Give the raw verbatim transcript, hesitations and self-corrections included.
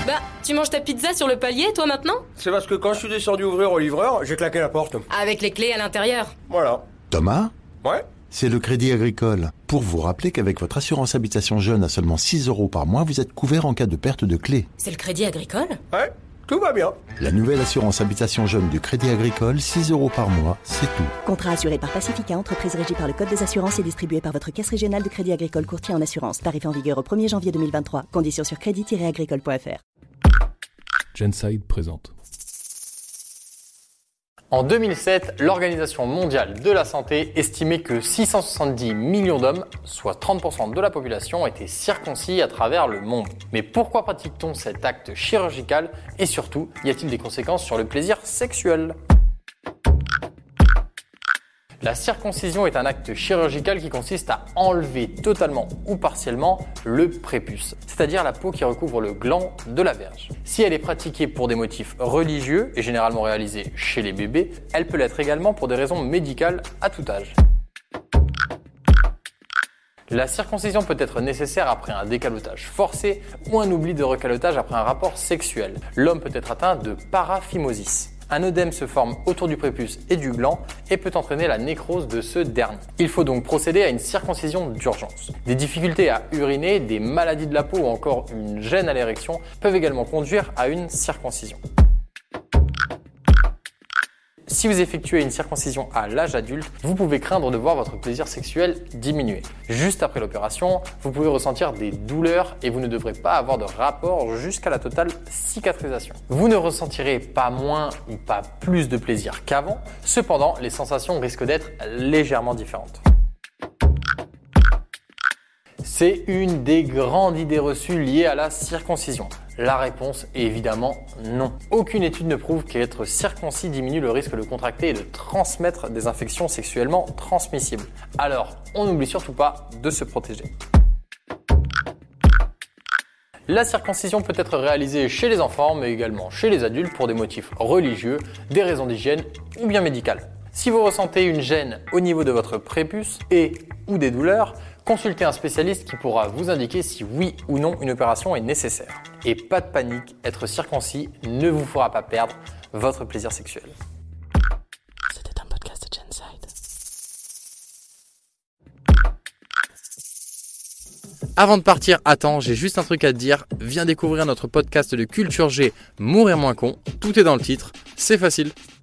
Bah, tu manges ta pizza sur le palier, toi, maintenant ? C'est parce que quand je suis descendu ouvrir au livreur, j'ai claqué la porte. Avec les clés à l'intérieur. Voilà. Thomas ? Ouais ? C'est le Crédit Agricole. Pour vous rappeler qu'avec votre assurance habitation jeune à seulement six euros par mois, vous êtes couvert en cas de perte de clé. C'est le Crédit Agricole ? Ouais, tout va bien. La nouvelle assurance habitation jeune du Crédit Agricole, six euros par mois, c'est tout. Contrat assuré par Pacifica, entreprise régie par le Code des assurances et distribué par votre caisse régionale de Crédit Agricole courtier en assurance. Tarif en vigueur au premier janvier deux mille vingt-trois. Conditions sur crédit tiret agricole point f r. Genside présente. En deux mille sept, l'Organisation mondiale de la santé estimait que six cent soixante-dix millions d'hommes, soit trente pour cent de la population, étaient circoncis à travers le monde. Mais pourquoi pratique-t-on cet acte chirurgical et surtout, y a-t-il des conséquences sur le plaisir sexuel ? La circoncision est un acte chirurgical qui consiste à enlever totalement ou partiellement le prépuce, c'est-à-dire la peau qui recouvre le gland de la verge. Si elle est pratiquée pour des motifs religieux et généralement réalisée chez les bébés, elle peut l'être également pour des raisons médicales à tout âge. La circoncision peut être nécessaire après un décalotage forcé ou un oubli de recalotage après un rapport sexuel. L'homme peut être atteint de paraphimosis. Un œdème se forme autour du prépuce et du gland et peut entraîner la nécrose de ce dernier. Il faut donc procéder à une circoncision d'urgence. Des difficultés à uriner, des maladies de la peau ou encore une gêne à l'érection peuvent également conduire à une circoncision. Si vous effectuez une circoncision à l'âge adulte, vous pouvez craindre de voir votre plaisir sexuel diminuer. Juste après l'opération, vous pouvez ressentir des douleurs et vous ne devrez pas avoir de rapport jusqu'à la totale cicatrisation. Vous ne ressentirez pas moins ou pas plus de plaisir qu'avant, cependant les sensations risquent d'être légèrement différentes. C'est une des grandes idées reçues liées à la circoncision. La réponse est évidemment non. Aucune étude ne prouve qu'être circoncis diminue le risque de contracter et de transmettre des infections sexuellement transmissibles. Alors, on n'oublie surtout pas de se protéger. La circoncision peut être réalisée chez les enfants, mais également chez les adultes pour des motifs religieux, des raisons d'hygiène ou bien médicales. Si vous ressentez une gêne au niveau de votre prépuce et ou des douleurs, consultez un spécialiste qui pourra vous indiquer si oui ou non une opération est nécessaire. Et pas de panique, être circoncis ne vous fera pas perdre votre plaisir sexuel. C'était un podcast de Genside. Avant de partir, attends, j'ai juste un truc à te dire. Viens découvrir notre podcast de Culture G, Mourir moins con. Tout est dans le titre, c'est facile.